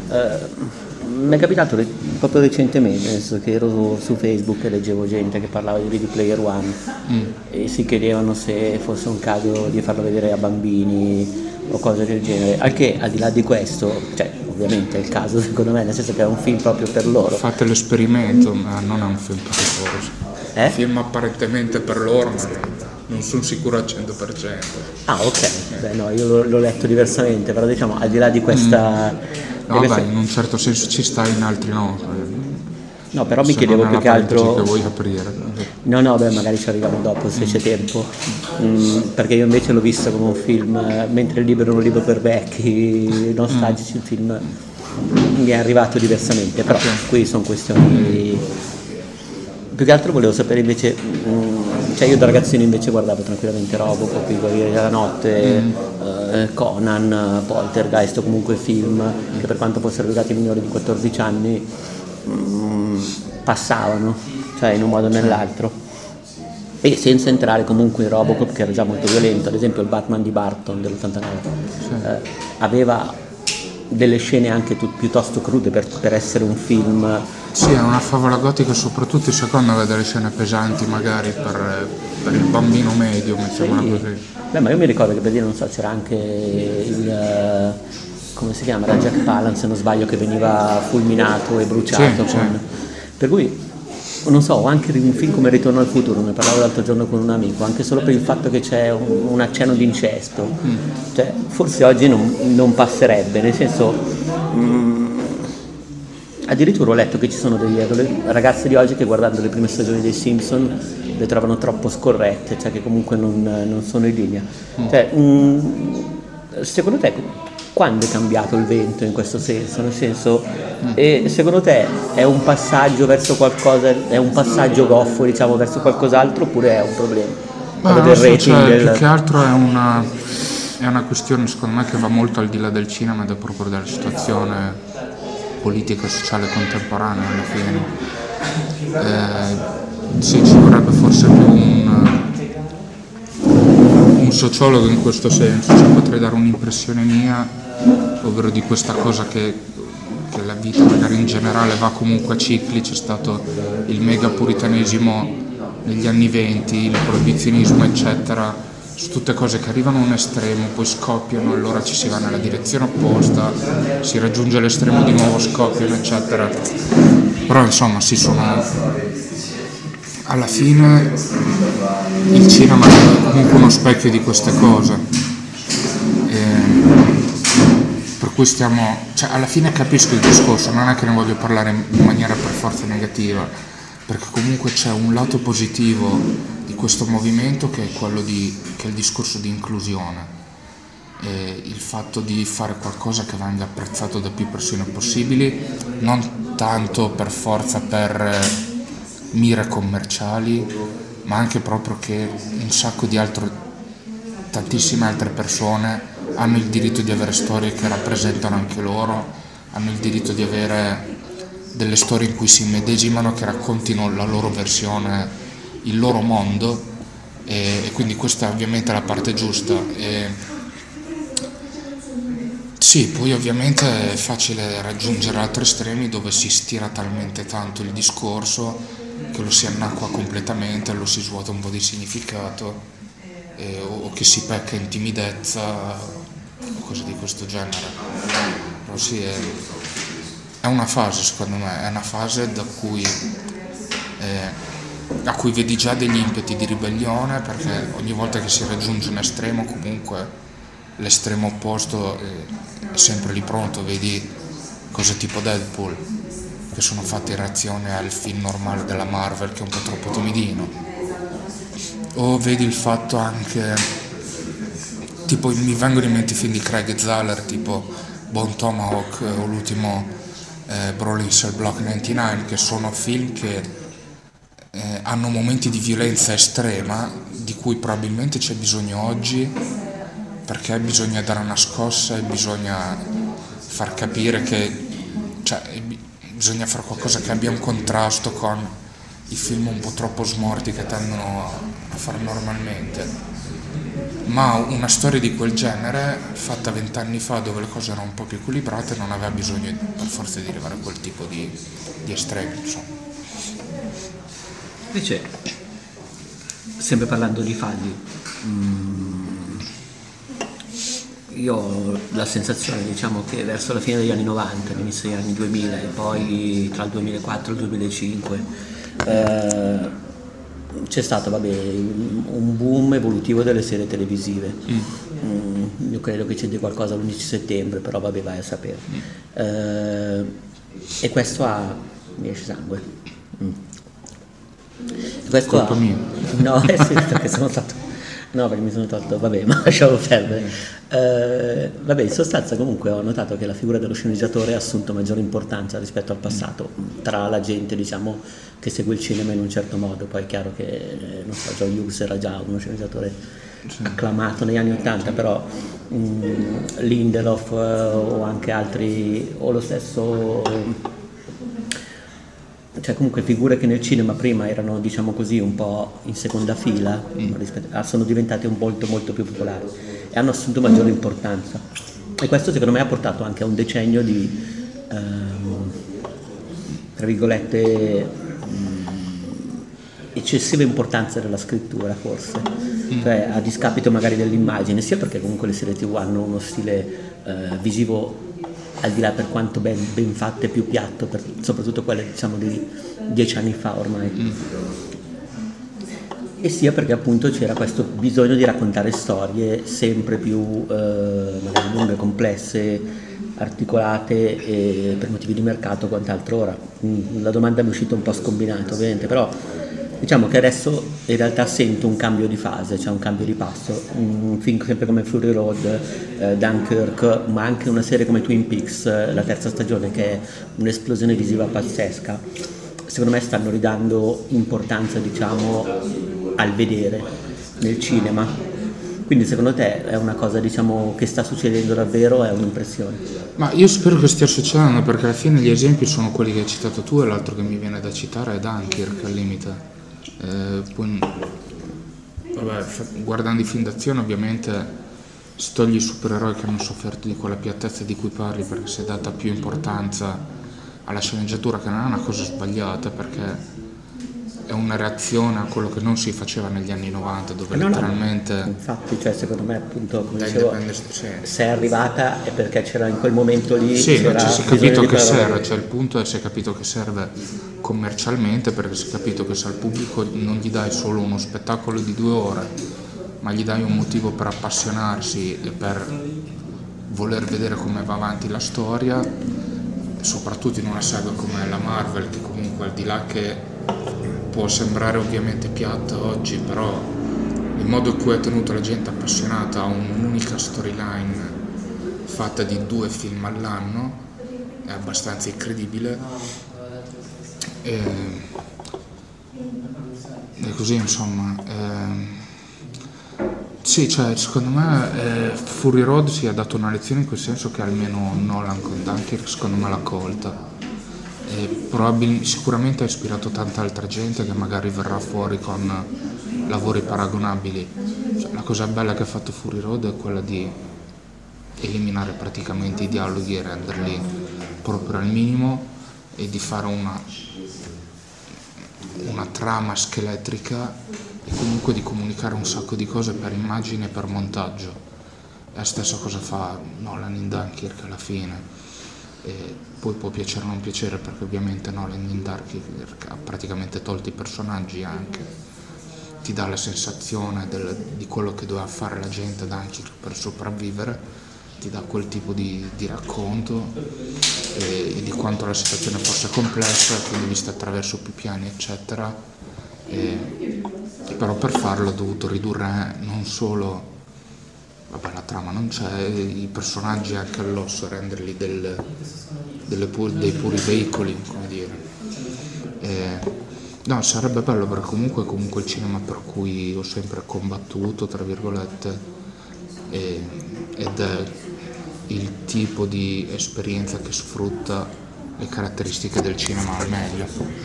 Mi è capitato proprio recentemente, nel senso che ero su Facebook e leggevo gente che parlava di Ready Player One e si chiedevano se fosse un caso di farlo vedere a bambini o cose del genere, al che al di là di questo, cioè ovviamente è il caso secondo me, nel senso che è un film proprio per loro. Fate l'esperimento, ma non è un film per loro. È un film apparentemente per loro, ma non sono sicuro al 100%. Ah, ok, beh no, io l'ho letto diversamente, però diciamo al di là di questa... No, beh, in un certo senso ci sta, in altri no. No, però mi chiedevo più che altro... che vuoi aprire. No, beh, magari ci arriviamo dopo se c'è tempo, perché io invece l'ho visto come un film, mentre il libro è un libro per vecchi, nostalgici, il film mi è arrivato diversamente, però qui sono questioni... Più che altro volevo sapere invece, cioè io da ragazzino invece guardavo tranquillamente Robocop, I Guerrieri della Notte, Conan, Poltergeist, o comunque film che per quanto fossero durati minori di 14 anni passavano, cioè in un modo o nell'altro, e senza entrare comunque in Robocop, che era già molto violento. Ad esempio il Batman di Burton dell'89 aveva delle scene anche piuttosto crude per essere un film. Sì, è una favola gotica, soprattutto secondo me delle scene pesanti magari per il bambino medio, mettiamola così. Beh, ma io mi ricordo che per dire, non so, c'era anche il... come si chiama? Era Jack Palance, se non sbaglio, che veniva fulminato e bruciato. Sì. Per cui, non so, anche un film come Ritorno al futuro, ne parlavo l'altro giorno con un amico, anche solo per il fatto che c'è un accenno di incesto. Cioè, forse oggi non passerebbe, nel senso... Addirittura ho letto che ci sono delle ragazze di oggi che guardando le prime stagioni dei Simpson le trovano troppo scorrette, cioè che comunque non sono in linea. Cioè, secondo te quando è cambiato il vento in questo senso? Nel senso, e secondo te è un passaggio verso qualcosa, è un passaggio goffo, diciamo, verso qualcos'altro, oppure è un problema? Più che altro è una questione secondo me che va molto al di là del cinema ed è proprio della situazione politica e sociale contemporanea alla fine. Sì, ci vorrebbe forse più un sociologo in questo senso, cioè potrei dare un'impressione mia, ovvero di questa cosa che la vita magari in generale va comunque a cicli. C'è stato il mega puritanesimo negli anni 20, il proibizionismo eccetera, su tutte cose che arrivano a un estremo, poi scoppiano, allora ci si va nella direzione opposta, si raggiunge l'estremo di nuovo, scoppiano eccetera. Però insomma alla fine il cinema è comunque uno specchio di queste cose, per cui cioè alla fine capisco il discorso, non è che ne voglio parlare in maniera per forza negativa, perché comunque c'è un lato positivo di questo movimento che è quello che è il discorso di inclusione, e il fatto di fare qualcosa che venga apprezzato da più persone possibili, non tanto per forza per mire commerciali, ma anche proprio che un sacco di tantissime altre persone hanno il diritto di avere storie che rappresentano anche loro, hanno il diritto di avere delle storie in cui si immedesimano, che raccontino la loro versione, il loro mondo, e quindi questa è ovviamente la parte giusta. Sì, poi ovviamente è facile raggiungere altri estremi dove si stira talmente tanto il discorso che lo si annacqua completamente, lo si svuota un po' di significato, o che si pecca in timidezza o cose di questo genere. Però sì, è una fase, secondo me, è una fase a cui vedi già degli impeti di ribellione, perché ogni volta che si raggiunge un estremo comunque l'estremo opposto è sempre lì pronto. Vedi cose tipo Deadpool che sono fatte in reazione al film normale della Marvel che è un po' troppo timidino, o vedi il fatto anche tipo, mi vengono in mente i film di Craig e Zahler tipo Bone Tomahawk o l'ultimo Brawling Cell Block 99, che sono film che hanno momenti di violenza estrema di cui probabilmente c'è bisogno oggi, perché bisogna dare una scossa e bisogna far capire che, cioè, bisogna fare qualcosa che abbia un contrasto con i film un po' troppo smorti che tendono a fare normalmente. Ma una storia di quel genere, fatta 20 anni fa, dove le cose erano un po' più equilibrate, non aveva bisogno per forza di arrivare a quel tipo di estremi, insomma. Invece, sempre parlando di falli, io ho la sensazione, diciamo, che verso la fine degli anni 90, all'inizio degli anni 2000 e poi tra il 2004 e il 2005 c'è stato un boom evolutivo delle serie televisive. Io credo che c'è di qualcosa l'11 settembre, però vabbè, vai a sapere. E questo mi esce sangue. Questo Colpa mia. No, sì, perché sono stato... No, perché mi sono tolto, vabbè, ma lasciamo perdere. Vabbè, in sostanza comunque ho notato che la figura dello sceneggiatore ha assunto maggiore importanza rispetto al passato, tra la gente, diciamo, che segue il cinema in un certo modo. Poi è chiaro che, non so, John Hughes era già uno sceneggiatore acclamato negli anni '80, però Lindelof o anche altri, o lo stesso... Cioè comunque figure che nel cinema prima erano, diciamo così, un po' in seconda fila, sono diventate molto molto più popolari e hanno assunto maggiore importanza, e questo secondo me ha portato anche a un decennio di tra virgolette eccessiva importanza della scrittura, forse, cioè a discapito magari dell'immagine, sia perché comunque le serie TV hanno uno stile visivo, al di là per quanto ben fatte, più piatto, soprattutto quelle, diciamo, di 10 anni fa ormai, e sia perché appunto c'era questo bisogno di raccontare storie sempre più magari lunghe, complesse, articolate, e per motivi di mercato quant'altro. Ora la domanda mi è uscita un po' scombinata ovviamente, però diciamo che adesso in realtà sento un cambio di fase, cioè un cambio di passo. Un film sempre come Fury Road, Dunkirk, ma anche una serie come Twin Peaks, la terza stagione, che è un'esplosione visiva pazzesca, secondo me stanno ridando importanza, diciamo, al vedere nel cinema. Quindi secondo te è una cosa, diciamo, che sta succedendo davvero, è un'impressione? Ma io spero che stia succedendo, perché alla fine gli esempi sono quelli che hai citato tu, e l'altro che mi viene da citare è Dunkirk, al limite. Poi, vabbè, guardando i film d'azione ovviamente si toglie i supereroi che hanno sofferto di quella piattezza di cui parli, perché si è data più importanza alla sceneggiatura, che non è una cosa sbagliata, perché è una reazione a quello che non si faceva negli anni 90, dove letteralmente... No. Infatti, cioè, secondo me, appunto, come dicevo, se è arrivata è perché c'era in quel momento lì... Sì, si è capito che serve, cioè il punto è si è capito che serve commercialmente, perché si è capito che se al pubblico non gli dai solo uno spettacolo di 2 ore, ma gli dai un motivo per appassionarsi e per voler vedere come va avanti la storia, soprattutto in una saga come la Marvel, che comunque, al di là che può sembrare ovviamente piatta oggi, però il modo in cui ha tenuto la gente appassionata a un'unica storyline fatta di 2 film all'anno è abbastanza incredibile, e così, insomma. Sì, cioè, secondo me Fury Road si è dato una lezione in quel senso, che almeno Nolan con Dunkirk secondo me l'ha colta. Sicuramente ha ispirato tanta altra gente che magari verrà fuori con lavori paragonabili. Cioè, la cosa bella che ha fatto Fury Road è quella di eliminare praticamente i dialoghi e renderli proprio al minimo e di fare una trama scheletrica e comunque di comunicare un sacco di cose per immagine e per montaggio. È la stessa cosa fa Nolan in Dunkirk alla fine, e poi può piacere o non piacere, perché ovviamente Nolan in Dunkirk ha praticamente tolto i personaggi, anche ti dà la sensazione di quello che doveva fare la gente a Dunkirk per sopravvivere, ti dà quel tipo di racconto e di quanto la situazione fosse complessa, quindi vista attraverso più piani eccetera, però per farlo ha dovuto ridurre non solo, vabbè, la trama non c'è, i personaggi anche all'osso, renderli dei puri veicoli, come dire. No, sarebbe bello, perché comunque il cinema per cui ho sempre combattuto, tra virgolette, ed è il tipo di esperienza che sfrutta le caratteristiche del cinema al meglio.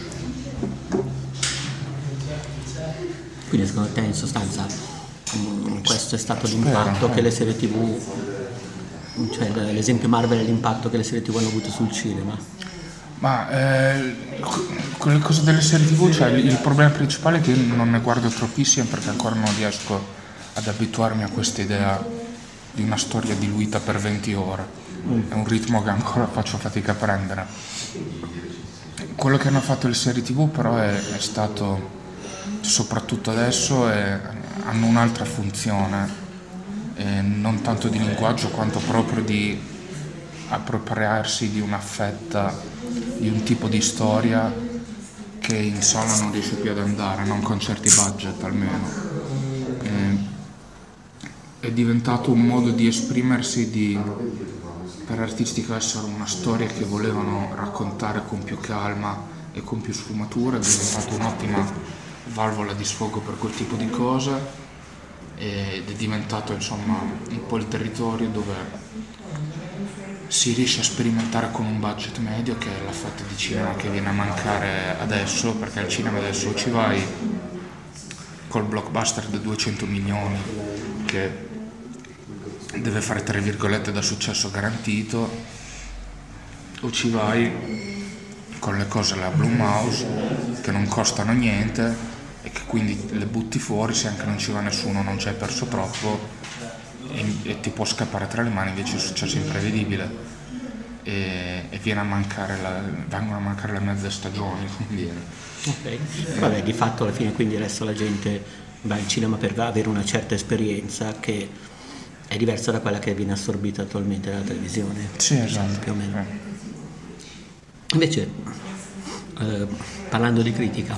Quindi secondo te in sostanza questo è stato l'impatto che le serie TV, cioè l'esempio Marvel è l'impatto che le serie TV hanno avuto sul cinema? Ma con le cose delle serie TV, cioè, il problema principale è che io non ne guardo troppissime, perché ancora non riesco ad abituarmi a questa idea di una storia diluita per 20 ore. È un ritmo che ancora faccio fatica a prendere. Quello che hanno fatto le serie TV però è stato, soprattutto adesso, hanno un'altra funzione, non tanto di linguaggio quanto proprio di appropriarsi di una fetta, di un tipo di storia che in sala non riesce più ad andare, non con certi budget almeno. È diventato un modo di esprimersi per artisti che avessero una storia che volevano raccontare con più calma e con più sfumatura. È diventato un'ottima valvola di sfogo per quel tipo di cose, ed è diventato insomma un po' il territorio dove si riesce a sperimentare con un budget medio, che è la fetta di cinema che viene a mancare adesso, perché al cinema adesso ci vai col blockbuster da 200 milioni che deve fare, tra virgolette, da successo garantito, o ci vai con le cose alla Blumhouse che non costano niente e che quindi le butti fuori, se anche non ci va nessuno non ci hai perso troppo e ti può scappare tra le mani. Invece è un successo imprevedibile e vengono a mancare le mezze stagioni, come dire. Ok, vabbè, di fatto alla fine quindi adesso la gente va al cinema per avere una certa esperienza che è diversa da quella che viene assorbita attualmente dalla televisione. Sì, esatto. Più o meno. Invece, parlando di critica,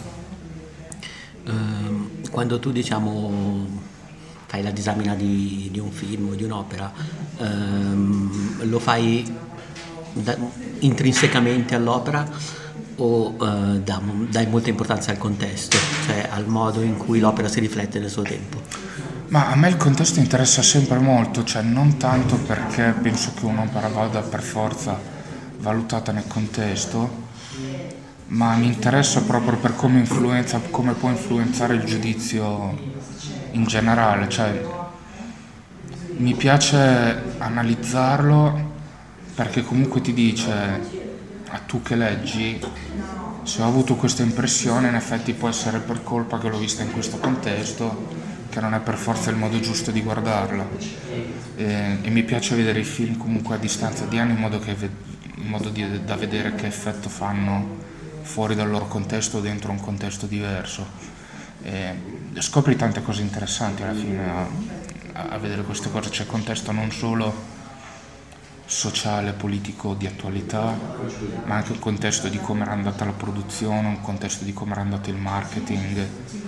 quando tu fai la disamina di un film o di un'opera, lo fai intrinsecamente all'opera o dai molta importanza al contesto, cioè al modo in cui l'opera si riflette nel suo tempo? Ma a me il contesto interessa sempre molto, cioè non tanto perché penso che un'opera vada per forza valutata nel contesto, ma mi interessa proprio per come può influenzare il giudizio in generale. Cioè mi piace analizzarlo perché comunque ti dice, a tu che leggi, se ho avuto questa impressione in effetti può essere per colpa che l'ho vista in questo contesto, che non è per forza il modo giusto di guardarla, e mi piace vedere i film comunque a distanza di anni, in modo da vedere che effetto fanno fuori dal loro contesto o dentro un contesto diverso, e scopri tante cose interessanti alla fine a vedere queste cose. C'è contesto non solo sociale, politico, di attualità, ma anche un contesto di come era andata la produzione, un contesto di come era andato il marketing.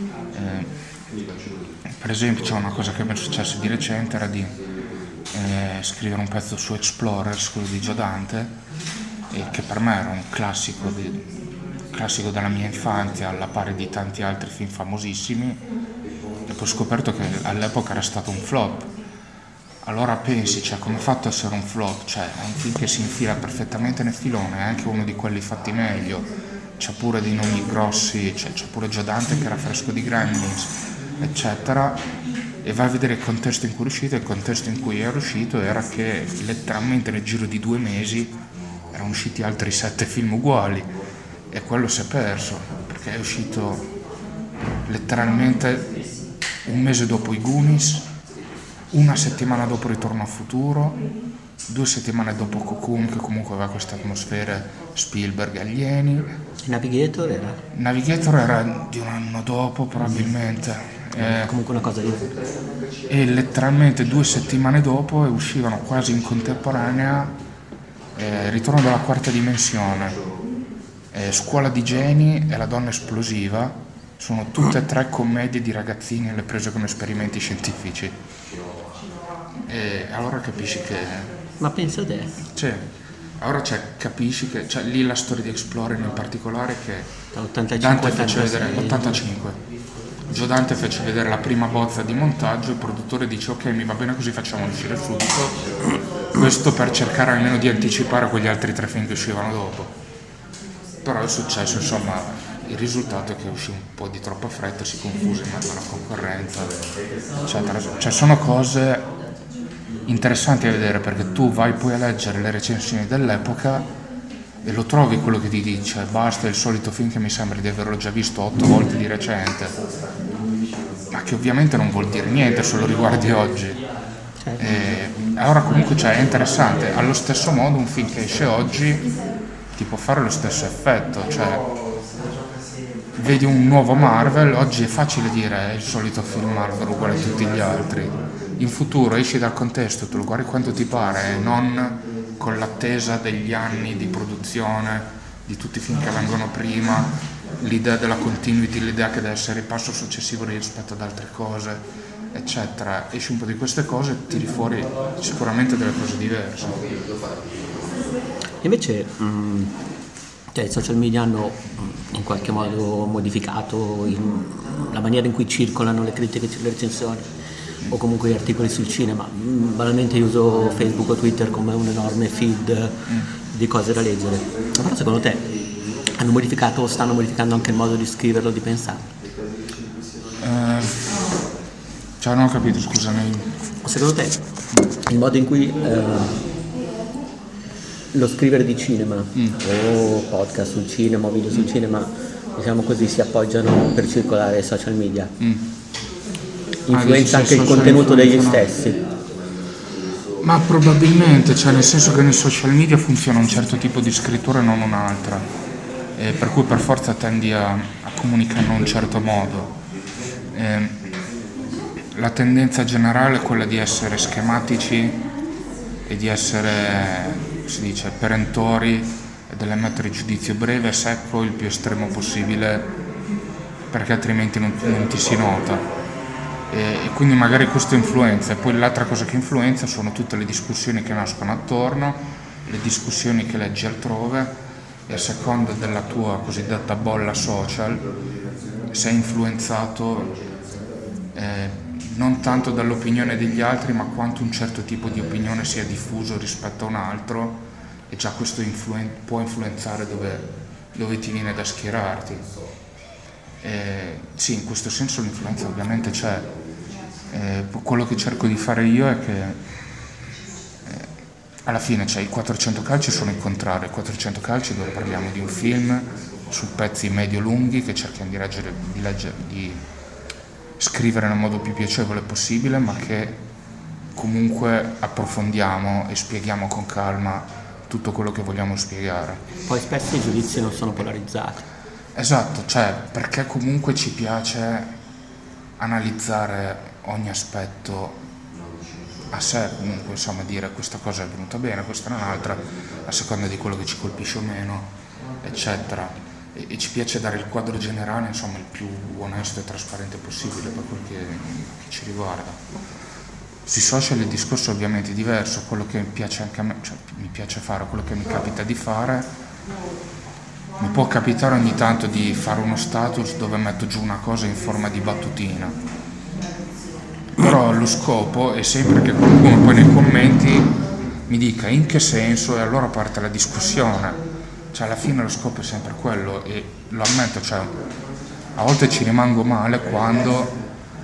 Per esempio c'è una cosa che mi è successa di recente, era di scrivere un pezzo su Explorers, quello di Joe Dante, che per me era un classico della mia infanzia, alla pari di tanti altri film famosissimi, e poi ho scoperto che all'epoca era stato un flop. Allora pensi, cioè, come è fatto a essere un flop? Cioè, è un film che si infila perfettamente nel filone, è anche uno di quelli fatti meglio, c'è pure dei nomi grossi, c'è pure Joe Dante che era fresco di Gremlins, eccetera, e vai a vedere il contesto in cui è uscito. Il contesto in cui era uscito era che letteralmente nel giro di 2 mesi erano usciti altri 7 film uguali, e quello si è perso, perché è uscito letteralmente un mese dopo i Goonies, una settimana dopo Ritorno al futuro, 2 settimane dopo Cocoon, che comunque aveva queste atmosfere Spielberg, alieni. Navigator era? Navigator era di un anno dopo probabilmente. Comunque una cosa di... E letteralmente 2 settimane dopo uscivano quasi in contemporanea Ritorno dalla quarta dimensione, Scuola di geni e La donna esplosiva. Sono tutte e 3 commedie di ragazzini le prese come esperimenti scientifici. E allora capisci che... Ma pensa te. Allora capisci che lì la storia di Explorer in particolare, che Dall'85 fece vedere l'85. Joe Dante fece vedere la prima bozza di montaggio, il produttore dice ok, mi va bene così, facciamo uscire subito, questo per cercare almeno di anticipare quegli altri 3 film che uscivano dopo. Però è successo, insomma, il risultato è che uscì un po' di troppa fretta, si confuse in mezzo alla concorrenza, eccetera. Cioè sono cose interessanti a vedere, perché tu vai poi a leggere le recensioni dell'epoca e lo trovi quello che ti dice basta, è il solito film che mi sembra di averlo già visto 8 volte di recente, ma che ovviamente non vuol dire niente se lo riguardi oggi. E allora comunque è interessante. Allo stesso modo un film che esce oggi ti può fare lo stesso effetto, vedi un nuovo Marvel, oggi è facile dire è il solito film Marvel uguale a tutti gli altri. In futuro esci dal contesto, te lo guardi quanto ti pare, e non con l'attesa degli anni di produzione di tutti i film che vengono prima, l'idea della continuity, l'idea che deve essere il passo successivo rispetto ad altre cose, eccetera. Esci un po' di queste cose e tiri fuori sicuramente delle cose diverse. Invece i social media hanno in qualche modo modificato la maniera in cui circolano le critiche, le recensioni o comunque gli articoli sul cinema. Banalmente io uso Facebook o Twitter come un enorme feed di cose da leggere. Però secondo te hanno modificato o stanno modificando anche il modo di scriverlo, di pensarlo? Non ho capito, scusami. Secondo te il modo in cui lo scrivere di cinema o podcast sul cinema o video sul cinema, diciamo così, si appoggiano per circolare ai social media, influenza anche il contenuto degli stessi? Ma probabilmente, nel senso che nei social media funziona un certo tipo di scrittura e non un'altra, per cui per forza tendi a comunicare in un certo modo. La tendenza generale è quella di essere schematici e di essere, si dice, perentori e dell'emettere giudizio breve e secco il più estremo possibile, perché altrimenti non ti si nota. E quindi magari questo influenza. E poi l'altra cosa che influenza sono tutte le discussioni che nascono attorno, le discussioni che leggi altrove, e a seconda della tua cosiddetta bolla social sei influenzato non tanto dall'opinione degli altri, ma quanto un certo tipo di opinione sia diffuso rispetto a un altro, e già questo può influenzare dove ti viene da schierarti. Sì, in questo senso l'influenza ovviamente c'è. Quello che cerco di fare io è che alla fine i 400 calci sono il contrario. I 400 calci dove parliamo di un film su pezzi medio-lunghi che cerchiamo di scrivere nel modo più piacevole possibile, ma che comunque approfondiamo e spieghiamo con calma tutto quello che vogliamo spiegare. Poi spesso i giudizi non sono polarizzati. Esatto, perché comunque ci piace analizzare ogni aspetto a sé, comunque, insomma, dire questa cosa è venuta bene, questa è un'altra, a seconda di quello che ci colpisce o meno, eccetera. E ci piace dare il quadro generale, insomma, il più onesto e trasparente possibile per quel che ci riguarda. Sui social il discorso è ovviamente diverso, quello che piace anche a me, mi piace fare, quello che mi capita di fare. Mi può capitare ogni tanto di fare uno status dove metto giù una cosa in forma di battutina, però lo scopo è sempre che qualcuno poi nei commenti mi dica in che senso, e allora parte la discussione. Alla fine lo scopo è sempre quello, e lo ammetto, a volte ci rimango male quando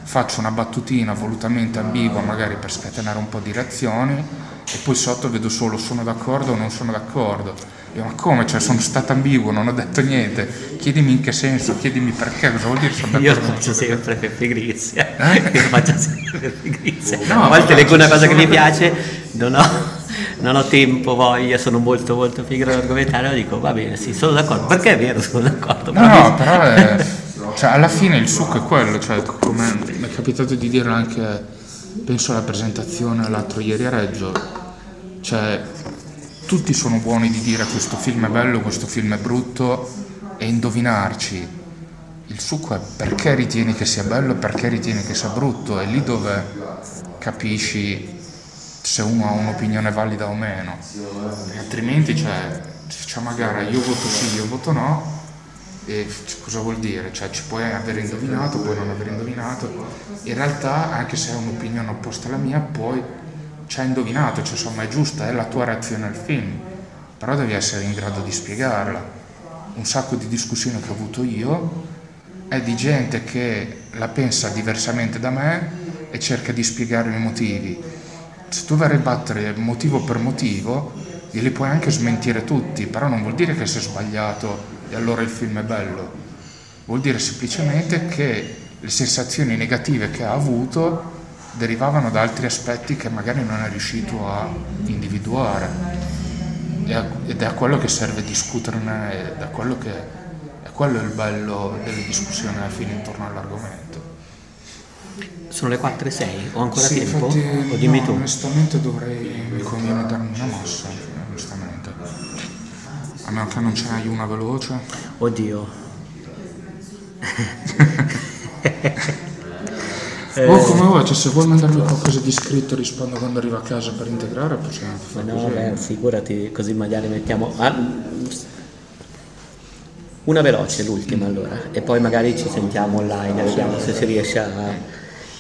faccio una battutina volutamente ambigua magari per scatenare un po' di reazioni e poi sotto vedo solo sono d'accordo o non sono d'accordo. Io, ma come? Cioè, sono stato ambiguo, non ho detto niente, chiedimi in che senso, chiedimi perché, cosa vuol dire sono d'accordo. Io lo faccio sempre per pigrizia, io lo faccio sempre per pigrizia. No, a volte leggo una cosa che mi sempre... piace, non ho tempo, voglia, sono molto molto pigro all'argomentario, dico va bene, sì, sono d'accordo, perché è vero, sono d'accordo. Però cioè, alla fine il succo è quello, cioè, come mi è capitato di dire anche, penso alla presentazione l'altro ieri a Reggio, cioè tutti sono buoni di dire questo film è bello, questo film è brutto e indovinarci. Il succo è perché ritieni che sia bello, perché ritieni che sia brutto, è lì dove capisci se uno ha un'opinione valida o meno. E altrimenti cioè a gara io voto sì, io voto no, e cosa vuol dire? Cioè ci puoi aver indovinato, puoi non aver indovinato. In realtà anche se hai un'opinione opposta alla mia, poi ci hai indovinato, cioè insomma è giusta, è la tua reazione al film, però devi essere in grado di spiegarla. Un sacco di discussioni che ho avuto io è di gente che la pensa diversamente da me e cerca di spiegare i motivi. Se tu vai a ribattere motivo per motivo, li puoi anche smentire tutti, però non vuol dire che sei sbagliato e allora il film è bello. Vuol dire semplicemente che le sensazioni negative che ha avuto derivavano da altri aspetti che magari non è riuscito a individuare. Ed è a quello che serve discuterne, ed è quello il bello delle discussioni alla fine intorno all'argomento. Sono le 4:06, ho ancora sì, tempo? Infatti, o dimmi no, tu. Onestamente mi conviene darmi una mossa, onestamente. A meno che non ce n'hai una veloce. Oddio. Come vuoi, cioè, se vuoi mandarmi qualcosa di scritto rispondo quando arrivo a casa per integrare, possiamo fare no, così. beh, figurati, così magari mettiamo una veloce, l'ultima allora, e poi magari ci sentiamo online, vediamo se si riesce a...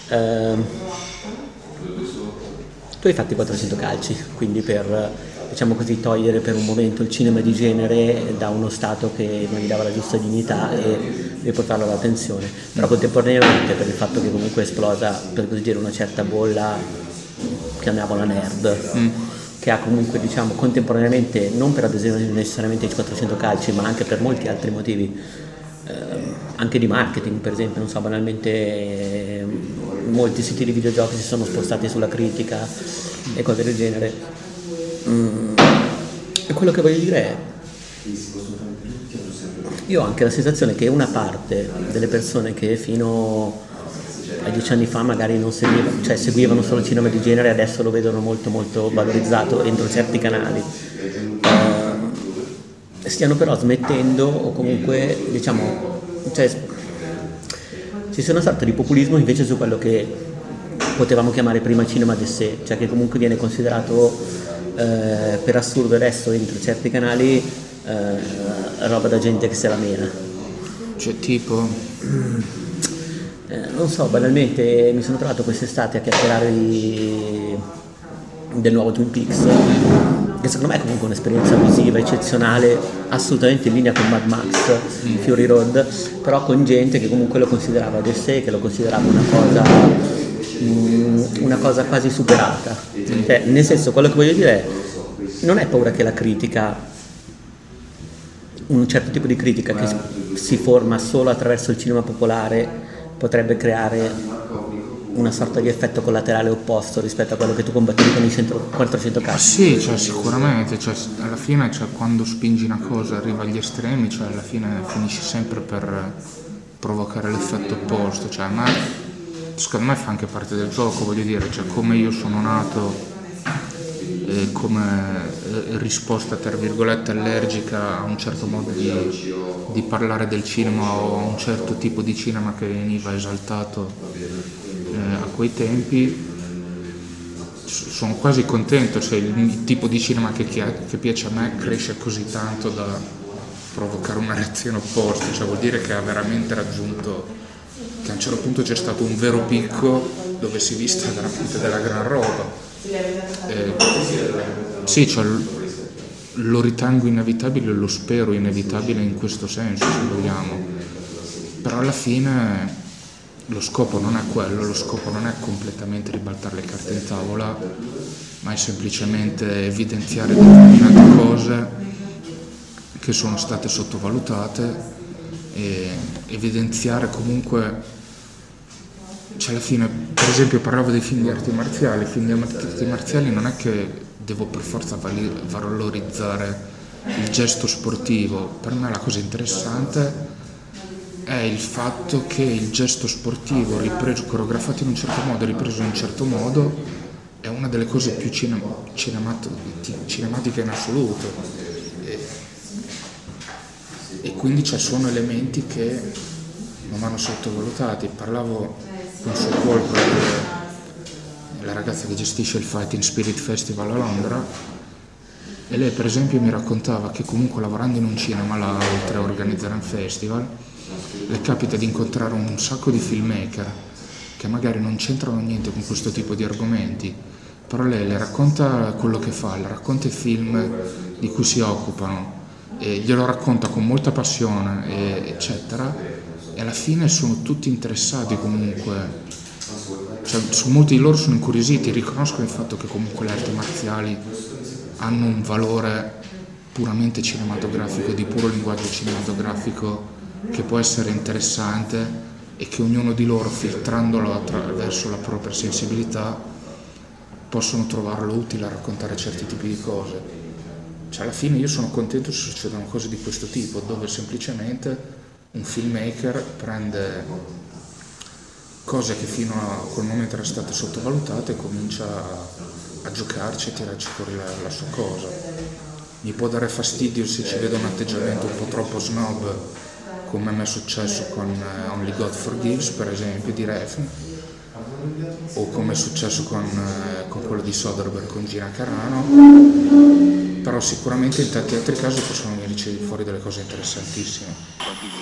Tu hai fatto i 400 calci, quindi per, diciamo così, togliere per un momento il cinema di genere da uno stato che non gli dava la giusta dignità e riportarlo all'attenzione, però contemporaneamente per il fatto che comunque è esplosa, per così dire, una certa bolla, chiamiamola nerd, che ha comunque, diciamo, contemporaneamente, non per adesione necessariamente ai 400 calci, ma anche per molti altri motivi, anche di marketing, per esempio, non so, banalmente molti siti di videogiochi si sono spostati sulla critica e cose del genere. E quello che voglio dire è, io ho anche la sensazione che una parte delle persone che fino a 10 anni fa magari non seguivano solo il cinema di genere, adesso lo vedono molto molto valorizzato entro certi canali, stiano però smettendo, o comunque, diciamo, cioè, ci sia una sorta di populismo invece su quello che potevamo chiamare prima cinema de sé, cioè che comunque viene considerato per assurdo adesso entro certi canali roba da gente che se la mena. Cioè tipo? Non so, banalmente mi sono trovato quest'estate a chiacchierare del nuovo Twin Peaks, che secondo me è comunque un'esperienza visiva eccezionale, assolutamente in linea con Mad Max, Fury Road, però con gente che comunque lo considerava de sé, che lo considerava una cosa quasi superata. Cioè, nel senso, quello che voglio dire è, non hai paura che la critica, un certo tipo di critica che si forma solo attraverso il cinema popolare, potrebbe creare una sorta di effetto collaterale opposto rispetto a quello che tu combattevi con i 400 calci? Sì, cioè, sicuramente, cioè, alla fine, cioè, quando spingi una cosa arriva agli estremi, cioè, alla fine finisci sempre per provocare l'effetto opposto, cioè, secondo me fa anche parte del gioco, voglio dire, cioè, come io sono nato come risposta tra virgolette allergica a un certo modo di parlare del cinema o a un certo tipo di cinema che veniva esaltato a quei tempi, sono quasi contento, cioè il tipo di cinema che piace a me cresce così tanto da provocare una reazione opposta, cioè vuol dire che ha veramente raggiunto, che a un certo punto c'è stato un vero picco dove si è vista veramente della gran roba. Sì, cioè, lo ritengo inevitabile, lo spero inevitabile in questo senso, se vogliamo, però alla fine lo scopo non è quello, lo scopo non è completamente ribaltare le carte in tavola, ma è semplicemente evidenziare determinate cose che sono state sottovalutate e evidenziare comunque, cioè alla fine, per esempio parlavo dei film di arti marziali. I film di arti marziali non è che devo per forza valorizzare il gesto sportivo. Per me la cosa interessante è il fatto che il gesto sportivo ripreso, coreografato in un certo modo, ripreso in un certo modo, è una delle cose più cinematiche in assoluto. E quindi ci sono elementi che non vanno sottovalutati. Parlavo con Sue Walker, la ragazza che gestisce il Fighting Spirit Festival a Londra, e lei per esempio mi raccontava che comunque lavorando in un cinema là, oltre a organizzare un festival, le capita di incontrare un sacco di filmmaker che magari non c'entrano niente con questo tipo di argomenti, però lei le racconta quello che fa, le racconta i film di cui si occupano e glielo racconta con molta passione, eccetera, e alla fine sono tutti interessati comunque, cioè, molti di loro sono incuriositi, riconoscono il fatto che comunque le arti marziali hanno un valore puramente cinematografico, di puro linguaggio cinematografico, che può essere interessante e che ognuno di loro, filtrandolo attraverso la propria sensibilità, possono trovarlo utile a raccontare certi tipi di cose. Cioè alla fine io sono contento se succedono cose di questo tipo, dove semplicemente un filmmaker prende cose che fino a quel momento erano state sottovalutate e comincia a giocarci e tirarci fuori la sua cosa. Mi può dare fastidio se ci vedo un atteggiamento un po' troppo snob, come mi è successo con Only God Forgives, per esempio, di Refn, o come è successo con quello di Soderbergh con Gina Carano, però sicuramente in tanti altri casi possono venirci fuori delle cose interessantissime.